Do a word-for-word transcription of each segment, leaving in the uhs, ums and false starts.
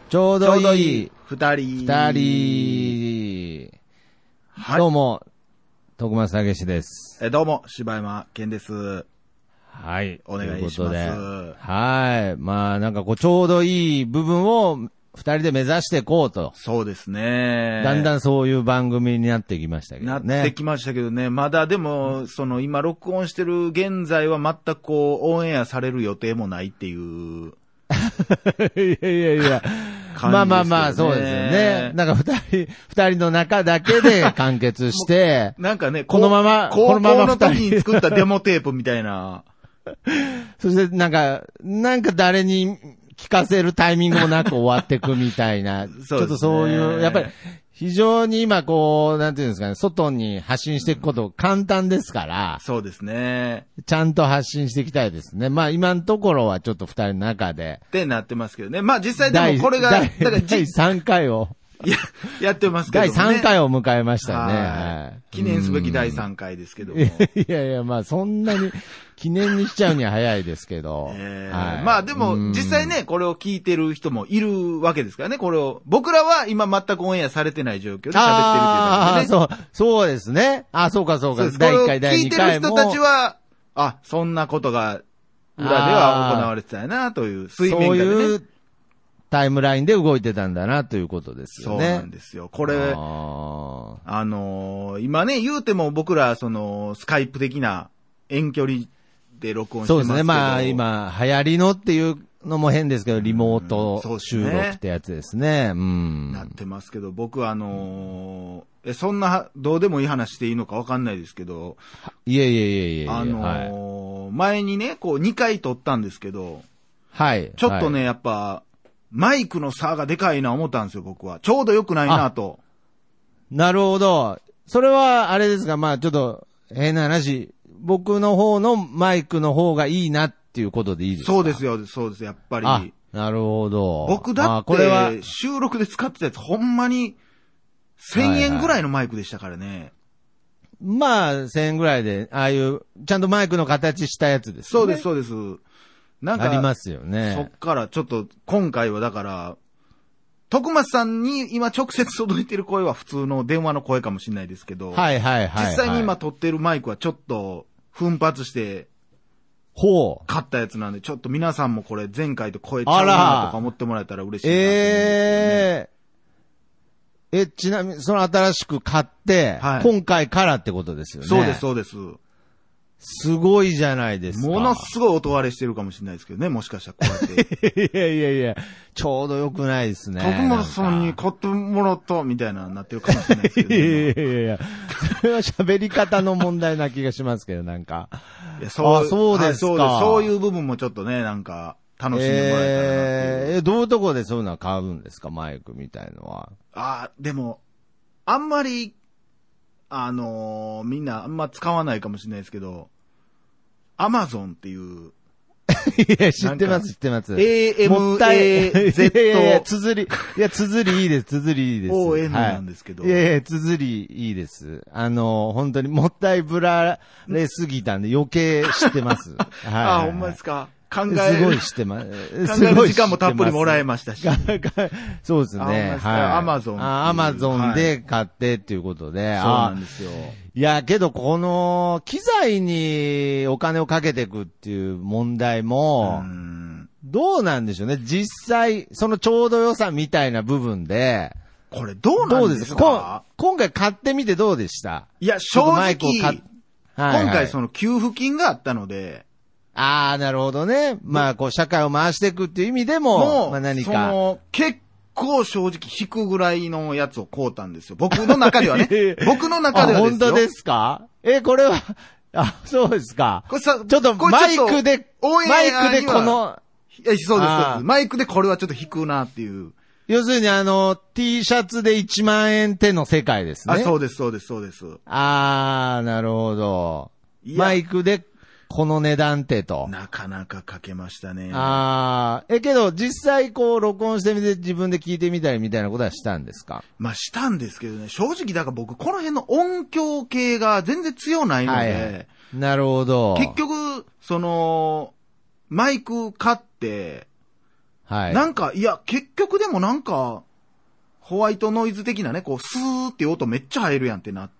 ちょうどいい二人。 二人。はい。どうも、徳松武史です。 え、どうも、柴山健です。 はい。 お願いします。 はい。まあ、なんかこう、ちょうどいい部分を二人で目指していこうと。 そうですね。 だんだんそういう番組になってきましたけどね。 なってきましたけどね。まだでも、その今録音してる現在は全くこう、オンエアされる予定もないっていう。 いやいやいや。まあまあまあ、そうですよね。なんか二人、二人の中だけで完結して、 なんかね、 このまま、 このまま高校の時に作ったデモテープみたいな。 そしてなんか、なんか誰に聞かせるタイミングもなく終わってくみたいな。ね、ちょっとそういう、やっぱり、非常に今こう、なんていうんですかね、外に発信していくこと簡単ですから。 そうですね。 ちゃんと発信していきたいですね。まあ今のところはちょっと二人の中で。 ってなってますけどね。まあ実際でもこれが、 だからだいさんかいを。 や、やってますけどね。 だいさんかいを迎えましたね。はい。 記念すべきだいさんかいですけども。 いやいや、まあそんなに記念にしちゃうには早いですけど。 えーはい、まあでも実際ね、これを聞いてる人もいるわけですからね、これを。僕らは今全くオンエアされてない状況で喋ってるっていうだけでね。 そう、そうですね。あ、そうかそうか。だいいっかい、だいにかいも。 聞いてる人たちは、あ、そんなことが裏では行われてたよな、という水面下でね。そういうタイムラインで動いてたんだなということですよね。 そうなんですよ。これ、あ、あのー、今ね、言うても僕ら、その、スカイプ的な遠距離で録音してますけど。そうですね。 まあ今、流行りのっていうのも変ですけど、リモート収録ってやつですね。うん。 なってますけど、僕はあのー、え、そんな、どうでもいい話していいのかわかんないですけど。 いえいえいえいえ。 あのーはい、前にね、こうにかい撮ったんですけど。 はい。 ちょっとね、はい、やっぱ、マイクの差がでかいな思ったんですよ、僕は。ちょうど良くないなと。 なるほど。それは、あれですが、まあちょっと、変な話、僕の方のマイクの方がいいなっていうことでいいですか？ そうですよ、そうです、やっぱり。 あ、なるほど。 僕だって、収録で使ってたやつ、ほんまに、せんえんぐらいのマイクでしたからね。はいはい、 まあ、せんえんぐらいで、ああいう、ちゃんとマイクの形したやつですね。 そうです、そうです。なんか、 ありますよね。 そっからちょっと、今回はだから、徳松さんに今直接届いてる声は普通の電話の声かもしれないですけど、 はいはいはい、はい。 実際に今撮ってるマイクはちょっと奮発して、 ほう。 買ったやつなんで、ちょっと皆さんもこれ前回と声ちゃうなとか思ってもらえたら嬉しいなと思うんですよね。えー、え、ちなみに、その新しく買って、はい、今回からってことですよね。 そうです、そうです。 すごいじゃないですか。 ものすごい音割れしてるかもしれないですけどね、もしかしたらこうやって。 いやいやいや、ちょうど良くないですね。 徳松さんに買ってもらったみたいなになってるかもしれないですけど、ね。いやいやいや、 それは喋り方の問題な気がしますけど、なんか。 いやそうあ、そうですか、はい、そうです。 そういう部分もちょっとね、なんか、楽しんでもらえたらなっていう。 えー、どういうところでそういうのは買うんですか、マイクみたいのは。 あ、でも、あんまり、あのー、みんなあんま使わないかもしれないですけど、アマゾンっていう。 いや、知ってます、知ってます。 エーエムエーゼット。 いやいや、綴り、いや、綴りいいです、綴りいいです。 オーエヌ なんですけど。 はい、いやいや、綴りいいです。あの、本当にもったいぶられすぎたんで余計知ってます。はい、 あ、ほんまですか。考えすごい知ってます。 考える時間もたっぷりもらえましたし。 そうですね。はい。 アマゾン。 アマゾンで買ってっていうことで。 そうなんですよ。 いや、けどこの機材にお金をかけていくっていう問題も、どうなんでしょうね。実際、そのちょうど良さみたいな部分で。 これどうなんですか？ 今回買ってみてどうでした？ いや、正直、今回その給付金があったので、 ああ、なるほどね。まあ、こう、社会を回していくっていう意味でも、もまあ何か。その、 結構正直引くぐらいのやつを買うたんですよ。僕の中ではね。僕の中ではですよ。 本当ですか？え、これは、あ、そうですか。これさ、ちょっとマイクで、マイクでこの、 いや、そうです。マイクでこれはちょっと引くなっていう。 要するにあの、T シャツでいちまんえん手の世界ですね。 あ、そうです、そうです、そうです。 ああ、なるほど。マイクで、この値段ってと。 なかなかかけましたね。 ああ。え、けど、実際こう、録音してみて自分で聞いてみたりみたいなことはしたんですか？ まあ、したんですけどね、正直だから僕、この辺の音響系が全然強ないので。はいはい、 なるほど。 結局、その、マイク買って、 はい。 なんか、いや、結局でもなんか、ホワイトノイズ的なね、こう、スーって音めっちゃ入るやんってなって、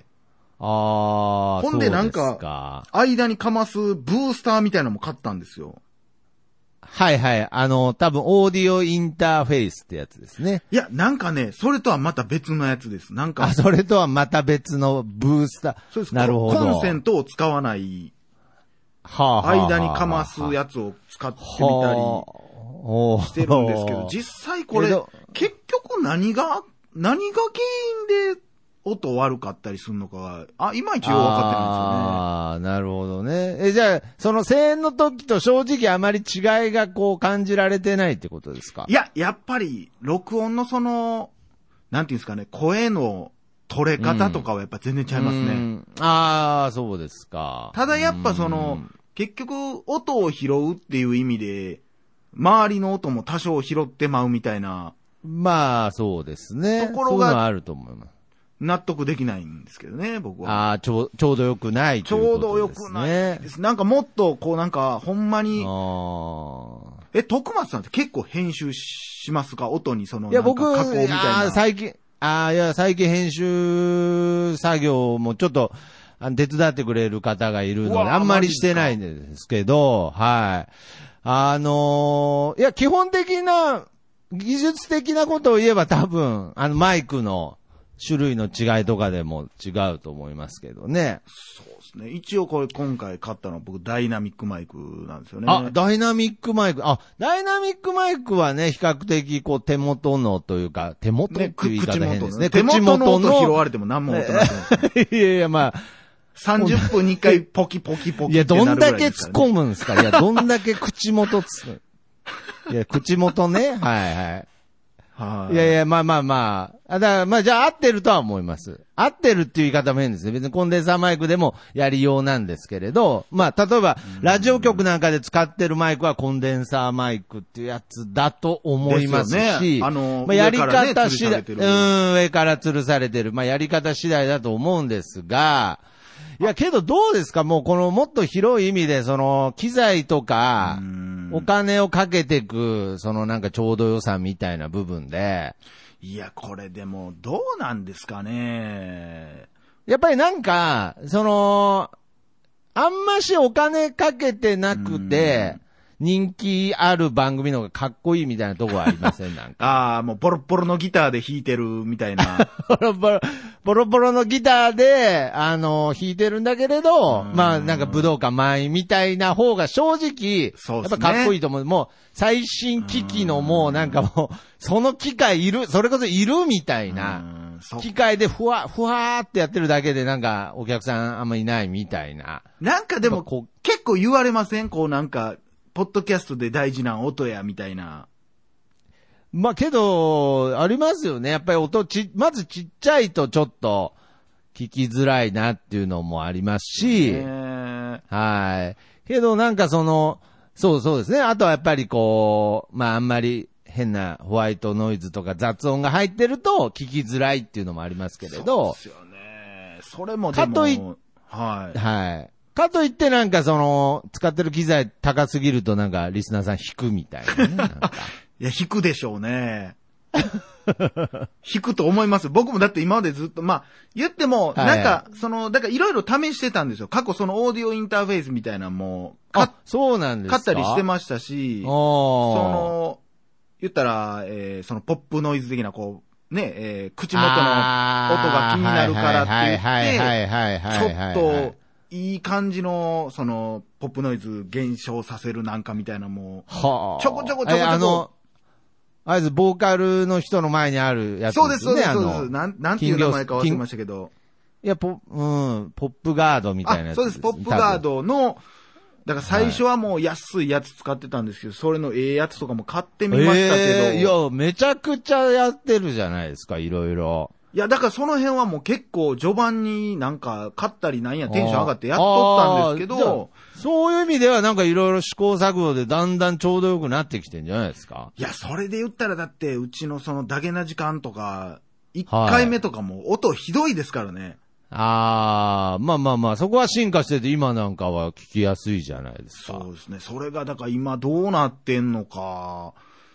ああ、 ほんでなんそうですか、間にかますブースターみたいなのも買ったんですよ。 はいはい。あの、多分、オーディオインターフェースってやつですね。 いや、なんかね、それとはまた別のやつです。なんか。 あ、それとはまた別のブースター。 そうです。 なるほど。 コンセントを使わない、 はあはあはあ、 間にかますやつを使ってみたりしてるんですけど、実際これ、結局何が、何が原因で音悪かったりするのかが、あ、いまいちよくわかってないんですよね。 ああ、なるほどね。え、じゃあ、その声援の時と正直あまり違いがこう感じられてないってことですか？ いや、やっぱり、録音のその、なんていうんですかね、声の取れ方とかはやっぱ全然違いますね。うん、 ああ、そうですか。 ただやっぱその、結局、音を拾うっていう意味で、周りの音も多少拾ってまうみたいな。 まあ、そうですね。ところが、そういうのはあると思います。 納得できないんですけどね、僕は。 ああ、ちょう、ちょうどよくないということですね。ちょうどよくないです。 なんかもっと、こうなんか、ほんまに。え、徳松さんって結構編集しますか？音にその、いや、僕、加工みたいな。 あ最近、ああ、いや、最近編集作業もちょっと、手伝ってくれる方がいるので、あんまりしてないんですけど、はい。あのー、いや、基本的な、技術的なことを言えば多分、あの、マイクの種類の違いとかでも違うと思いますけどね。 そうですね。一応これ今回買ったのは僕、ダイナミックマイクなんですよね。 あ、ダイナミックマイク。あ、ダイナミックマイクはね、比較的こう手元のというか、手元っていう言い方変ですね。 ね、手元の音拾われても何も音なくて。 いやいや、まあ、 さんじゅっぷんにいっかいポキポキポキってなるぐらいですから、ね。 いや、どんだけ突っ込むんですか？いや、どんだけ口元つ、いや、口元ね。はいはい。はい。いやいや、まあまあまあ。だからまあじゃあ合ってるとは思います。合ってるっていう言い方も変ですね。別にコンデンサーマイクでもやりようなんですけれど、まあ例えば、ラジオ局なんかで使ってるマイクはコンデンサーマイクっていうやつだと思いますし、 ね、あのー、 まあやり方次第、ね、うん、上から吊るされてる。まあやり方次第だと思うんですが、いや、けどどうですか？もうこのもっと広い意味で、その、機材とか、お金をかけていく、そのなんかちょうど予算みたいな部分で。 いや、これでも、どうなんですかね。 やっぱりなんか、その、あんましお金かけてなくて、人気ある番組の方がかっこいいみたいなとこはありません？なんか。 ああ、もうボロボロのギターで弾いてるみたいな。 ボロボロ、ボロボロのギターで、あの、弾いてるんだけれど、まあなんか武道館満員みたいな方が正直、やっぱかっこいいと思う。もう最新機器のもうなんかもう、その機械いる、それこそいるみたいな。機械でふわ、ふわーってやってるだけでなんかお客さんあんまいないみたいな。 なんかでも結構言われません？こうなんか、ポッドキャストで大事な音や、みたいな。 まあ、けど、ありますよね。やっぱり音ち、まずちっちゃいとちょっと聞きづらいなっていうのもありますし、はい。けどなんかその、そうそうですね。あとはやっぱりこう、まああんまり変なホワイトノイズとか雑音が入ってると聞きづらいっていうのもありますけれど。 そうですよね。それもでも、 かとい、 はい。 はい。かといってなんかその、使ってる機材高すぎるとなんかリスナーさん引くみたいなね。なんかいや、引くでしょうね。引くと思います。僕もだって今までずっと、まあ、言っても、なんか、その、だからいろいろ試してたんですよ。過去そのオーディオインターフェースみたいなのも、 あ、そうなんですか？ 買ったりしてましたし、その、言ったら、えー、そのポップノイズ的なこう、ね、えー、口元の音が気になるからって言って、ちょっと、いい感じの、その、ポップノイズ減少させるなんかみたいなもう、はあ、ちょこちょこちょこちょこ。 あの、あれです、ボーカルの人の前にあるやつですね。 そうです、そうです、そうです。なん、なんていう名前か忘れましたけど。 いや、ポ、うん、ポップガードみたいなやつです。 そうです、ポップガードの、だから最初はもう安いやつ使ってたんですけど、はい、それのええやつとかも買ってみましたけど。えー、 いや、めちゃくちゃやってるじゃないですか、いろいろ。 いや、だからその辺はもう結構序盤になんか買ったりなんやテンション上がってやっとったんですけど、 そういう意味ではなんかいろいろ試行錯誤でだんだんちょうどよくなってきてんじゃないですか？ いや、それで言ったらだってうちのそのダゲな時間とか、いっかいめとかも音ひどいですからね。 ああ、まあまあまあ、そこは進化してて今なんかは聞きやすいじゃないですか。 そうですね。それがだから今どうなってんのか。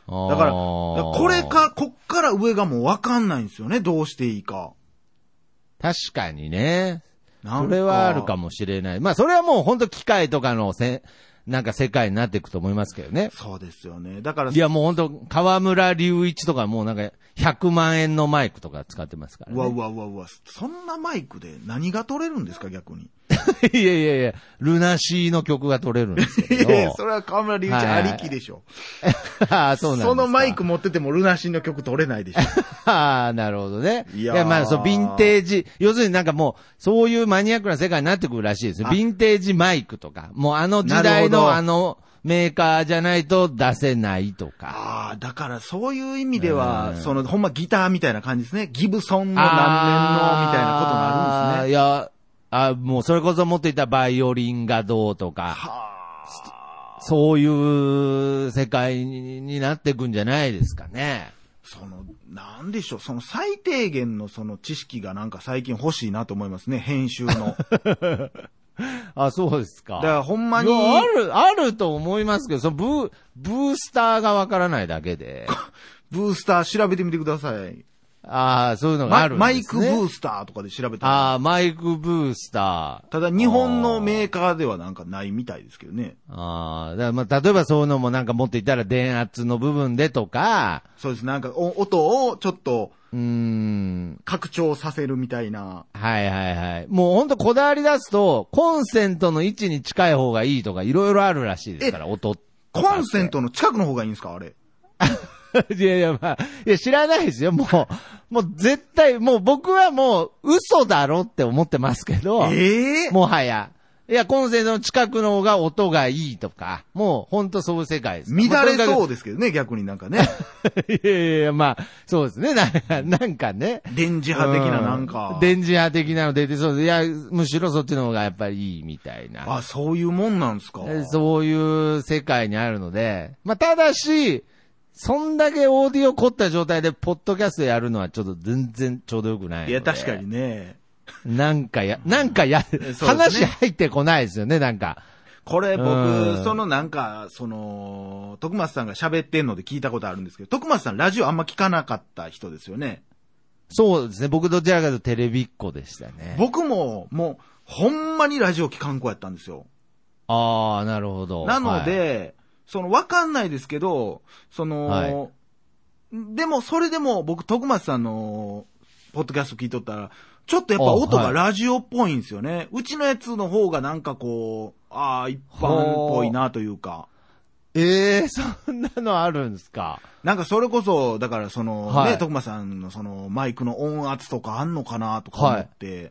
だから、これか、こっから上がもうわかんないんですよね、どうしていいか。 確かにね。それはあるかもしれない。まあ、それはもう本当機械とかのせ、なんか世界になっていくと思いますけどね。 そうですよね。だから。 いやもう本当河村隆一とかもうなんかひゃくまんえんのマイクとか使ってますからね。 うわうわうわうわ。そんなマイクで何が撮れるんですか逆に。 いやいやいや、ルナシーの曲が撮れるんですけど。 いやいや、それは河村隆一ありきでしょ。 ああ、そうなんですか。 そのマイク持っててもルナシーの曲撮れないでしょ。 ああ、なるほどね。 いやいや、まあ、そう、ヴィンテージ、要するになんかもう、そういうマニアックな世界になってくるらしいですよ。ヴィンテージマイクとか、もうあの時代のあの、メーカーじゃないと出せないとか。 ああ、だからそういう意味では、その、ほんまギターみたいな感じですね。ギブソンの何年のみたいなことがあるんですね。 いや、あもうそれこそもっと言ったらバイオリンがどうとか。はあ。そういう世界になっていくんじゃないですかね。 その、なんでしょう、その最低限のその知識がなんか最近欲しいなと思いますね、編集の。 あ、そうですか。 だからほんまに。 ある、あると思いますけど、そのブー、ブースターがわからないだけで。 ブースター調べてみてください。 ああ、そういうのがあるんですね。 マイクブースターとかで調べてみて。 ああ、マイクブースター。 ただ日本のメーカーではなんかないみたいですけどね。 ああ、だからまあ例えばそういうのもなんか持っていたら電圧の部分でとか。 そうです。なんかお音をちょっと。 うーん。 拡張させるみたいな。 はいはいはい。もうほんとこだわり出すと、コンセントの位置に近い方がいいとかいろいろあるらしいですから、音。 コンセントの近くの方がいいんですかあれ。 いやいや、まあ、いや知らないですよ。もう、もう絶対、もう僕はもう嘘だろって思ってますけど。 ええー、 もはや。いや、コンセントの近くの方が音がいいとか、もう本当そういう世界です。 乱れそうですけどね、逆になんかね。 いやいやいや、まあ、そうですね。なんか、なんかね。 電磁波的ななんか。 うん、電磁波的なの出てそうで、いや、むしろそっちの方がやっぱりいいみたいな。 あ、そういうもんなんですか。 そういう世界にあるので、まあ、ただし、そんだけオーディオ凝った状態で、ポッドキャストやるのはちょっと全然ちょうどよくないので。 いや、確かにね。 なんかや、なんかや、ね、話入ってこないですよね、なんか。 これ僕、そのなんか、その、徳松さんが喋ってんので聞いたことあるんですけど、徳松さんラジオあんま聞かなかった人ですよね。 そうですね、僕どちらかというとテレビっ子でしたね。 僕も、もう、ほんまにラジオ聞かん子やったんですよ。 あー、なるほど。 なので、はい、その、わかんないですけど、その、はい、でも、それでも僕、徳松さんの、ポッドキャスト聞いとったら、ちょっとやっぱ音がラジオっぽいんですよね。はい、うちのやつの方がなんかこう、ああ、一般っぽいなというか。 ええー、そんなのあるんですか。 なんかそれこそ、だからその、はい、ね、徳間さんのそのマイクの音圧とかあんのかなとか思って。はい、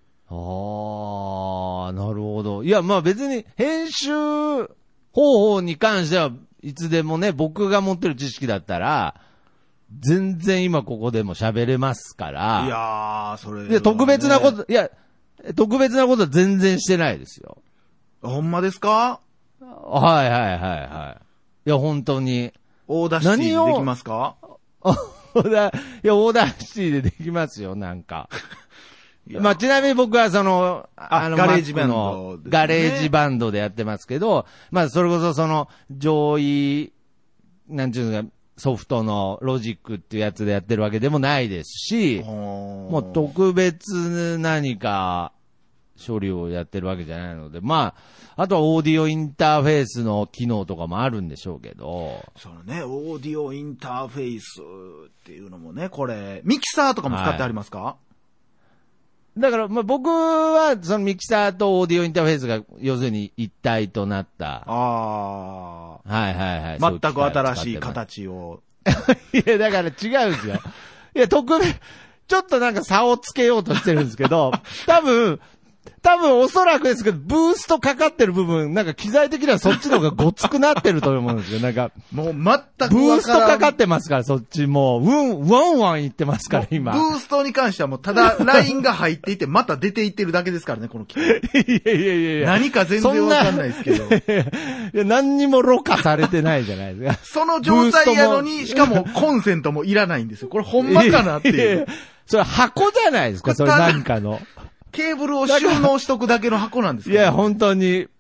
ああ、なるほど。いや、まあ別に編集方法に関してはいつでもね、僕が持ってる知識だったら、全然今ここでも喋れますから。 いやー、それ、ね。 で、特別なこと、いや、特別なことは全然してないですよ。 ほんまですか？ はいはいはいはい。いや、本当に。 オーダーシティでできますか？ オーダー、いや、オーダーシティでできますよ、なんか。まあ、ちなみに僕はその、 あの、ガレージバンド、 ね、ガレージバンドでやってますけど、まあ、それこそその、上位、なんていうんですか、ソフトのロジックっていうやつでやってるわけでもないですし、もう特別何か処理をやってるわけじゃないので、まあ、あとはオーディオインターフェースの機能とかもあるんでしょうけど。 そのね、オーディオインターフェースっていうのもね、これ、ミキサーとかも使ってありますか？はい、 だから、まあ、僕は、そのミキサーとオーディオインターフェースが、要するに一体となった。 ああ。 はいはいはい。 全く新しい形を。 いや、だから違うんですよ。いや、特別、ちょっとなんか差をつけようとしてるんですけど、多分、多分おそらくですけど、ブーストかかってる部分、なんか機材的にはそっちの方がごつくなってると思うんですよ。なんか。 もう全くわからん。 ブーストかかってますから、そっちもう、うん、ワンワン言ってますから、今。 ブーストに関してはもうただラインが入っていて、また出ていってるだけですからね、この機械。 いやいやいやいや。 何か全然わかんないですけど。 いや、何にもろ過されてないじゃないですか。 その状態やのに、しかもコンセントもいらないんですよ。これほんまかなっていう。いやいやそれ箱じゃないですか、それ何かの。 ケーブルを収納しとくだけの箱なんですか、ね、 いや、本当に。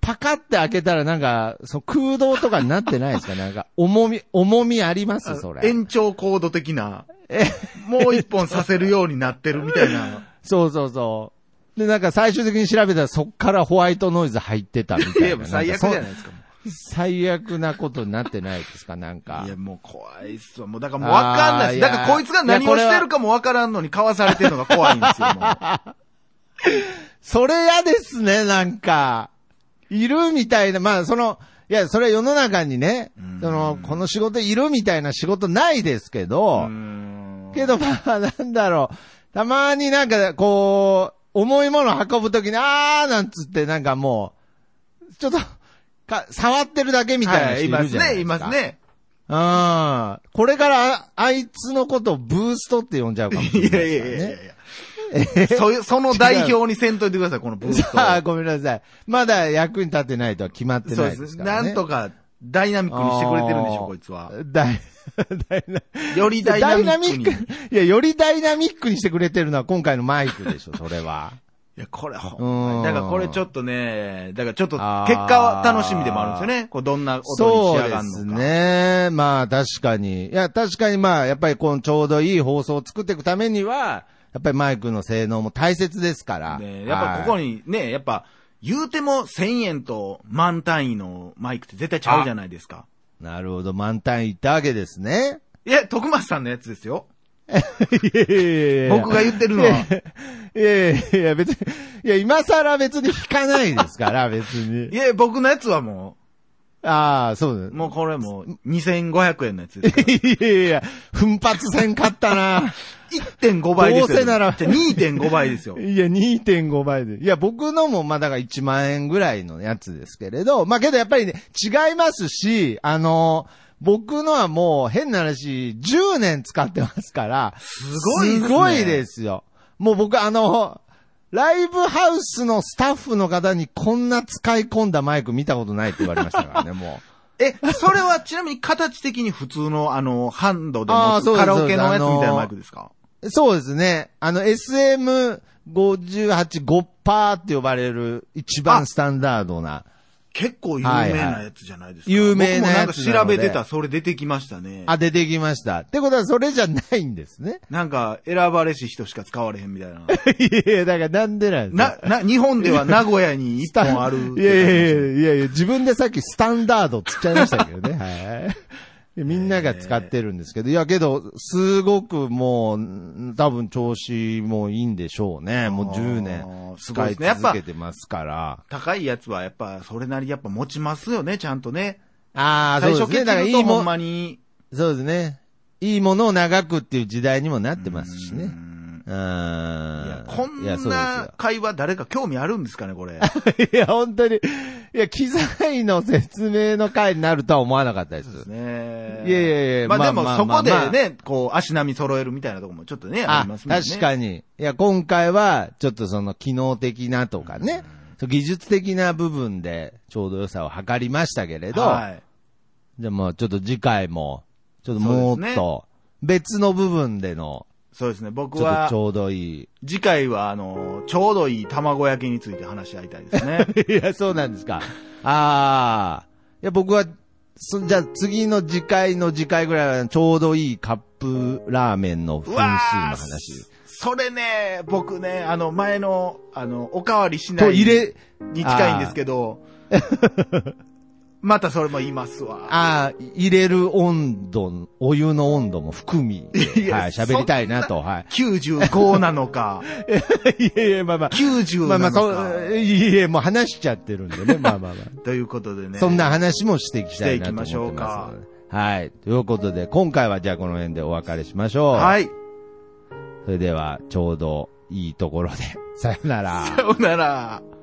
パカって開けたらなんか、その空洞とかになってないですか？なんか、重み、重みありますそれ。 延長コード的な。もう一本させるようになってるみたいな。 そうそうそう。で、なんか最終的に調べたらそっからホワイトノイズ入ってたみたいな。いや、 最悪じゃないですか。 最悪なことになってないですかなんか。 いや、もう怖いっすわ。もうだからもうわかんないです。だからこいつが何をしてるかもわからんのにかわされてるのが怖いんですよ、もう。 それ嫌ですね、なんか。いるみたいな、まあその、いや、それは世の中にね、その、この仕事いるみたいな仕事ないですけど、けどまあなんだろう、たまになんかこう、重いもの運ぶときに、あーなんつってなんかもう、ちょっと、か、触ってるだけみたいな人いるじゃないですか。はい、いますね、いますね。ああ、これからあ、あいつのことをブーストって呼んじゃうかもしれないですからね。いやいやいやいや。 そ, その代表にせんといてください、このブースト。 ああ、ごめんなさい。まだ役に立ってないとは決まってないですからね。 そうです。なんとかダイナミックにしてくれてるんでしょ、こいつは。 ダイ、ダイナ、 よりダイナミックに。 いや、よりダイナミックにしてくれてるのは今回のマイクでしょ、それは。 いや、これ、ほんまに。だからこれちょっとね、だからちょっと結果は楽しみでもあるんですよね。こうどんな音に仕上がるのか。 そうですね。まあ確かに。いや、確かにまあ、やっぱりこのちょうどいい放送を作っていくためには、やっぱりマイクの性能も大切ですから。 ね、やっぱここにね、やっぱ言うてもせんえんと満単位のマイクって絶対ちゃうじゃないですか。 なるほど、満単位ってわけですね。 いや、徳松さんのやつですよ。 いやいやいや僕が言ってるのは。いやいやいや、別に、いや、今更別に弾かないですから、別に。 いや、僕のやつはもう。 ああ、そうです。 もうこれもうにせんごひゃくえんのやつです。 いやいやいや、奮発せんかったな。 いってんご 倍ですよ。 どうせなら。 じゃ にてんご 倍ですよ。 いや、にてんご 倍で。いや、僕のもまあだからいちまんえんぐらいのやつですけれど、まあけどやっぱりね、違いますし、あの、僕のはもう変な話、じゅうねん使ってますから、 すごいですね。 すごいですよ。もう僕あの、ライブハウスのスタッフの方にこんな使い込んだマイク見たことないって言われましたからね、もう。え、それはちなみに形的に普通のあの、ハンドで持つカラオケのやつみたいなマイクですか？ そうですね。あの、エスエムごじゅうはち ごパーって呼ばれる一番スタンダードな。 結構有名なやつじゃないですか。 はいはい、有名なやつ。 僕もなんか調べてた、それ出てきましたね。 あ、出てきました。ってことはそれじゃないんですね。 なんか、選ばれし人しか使われへんみたいな。 いやいや、だからなんでなんですか。 な、な、日本では名古屋に一本ある。 いやいやいやいやいや、自分でさっきスタンダードつっちゃいましたけどね。はい。みんなが使ってるんですけど、いやけど、すごくもう、多分調子もいいんでしょうね。もうじゅうねん使い続けてますから。 高いやつはやっぱそれなりやっぱ持ちますよね、ちゃんとね。 ああ、そうですね。 だからいいもん。ほんまに。 そうですね。いいものを長くっていう時代にもなってますしね。うん。いや、 こんな会話誰か興味あるんですかね、これ。 いや、本当に。いや、機材の説明の回になるとは思わなかったです。そうですね。 いやいやいや、 まあでもそこでね、こう、足並み揃えるみたいなところもちょっとね、ありますもんね。 確かに。いや、今回は、ちょっとその機能的なとかね、技術的な部分でちょうど良さを図りましたけれど、はい。じゃあもうちょっと次回も、ちょっともっと別の部分での、 そうですね、僕は、 ちょうどいい。 次回は、あの、ちょうどいい卵焼きについて話し合いたいですね。 いや、そうなんですか。ああ。いや、僕は、そ、じゃあ次の次回の次回ぐらいはちょうどいいカップラーメンの分数の話。 それね、僕ね、あの、前の、あの、おかわりしないに近いんですけど、またそれも言いますわ。 ああ、入れる温度、お湯の温度も含み、はい、喋りたいなと、はい。 きゅうじゅうごなのか。 いやいや、まあまあ。 きゅうじゅうなのか。まあまあ、 そう、いやもう話しちゃってるんでね、まあまあまあ。 ということでね。 そんな話もしていきたいなと思ってます。 していきましょうか。 はい。ということで、今回はじゃあこの辺でお別れしましょう。 はい。 それでは、ちょうどいいところで、さよなら。 さよなら。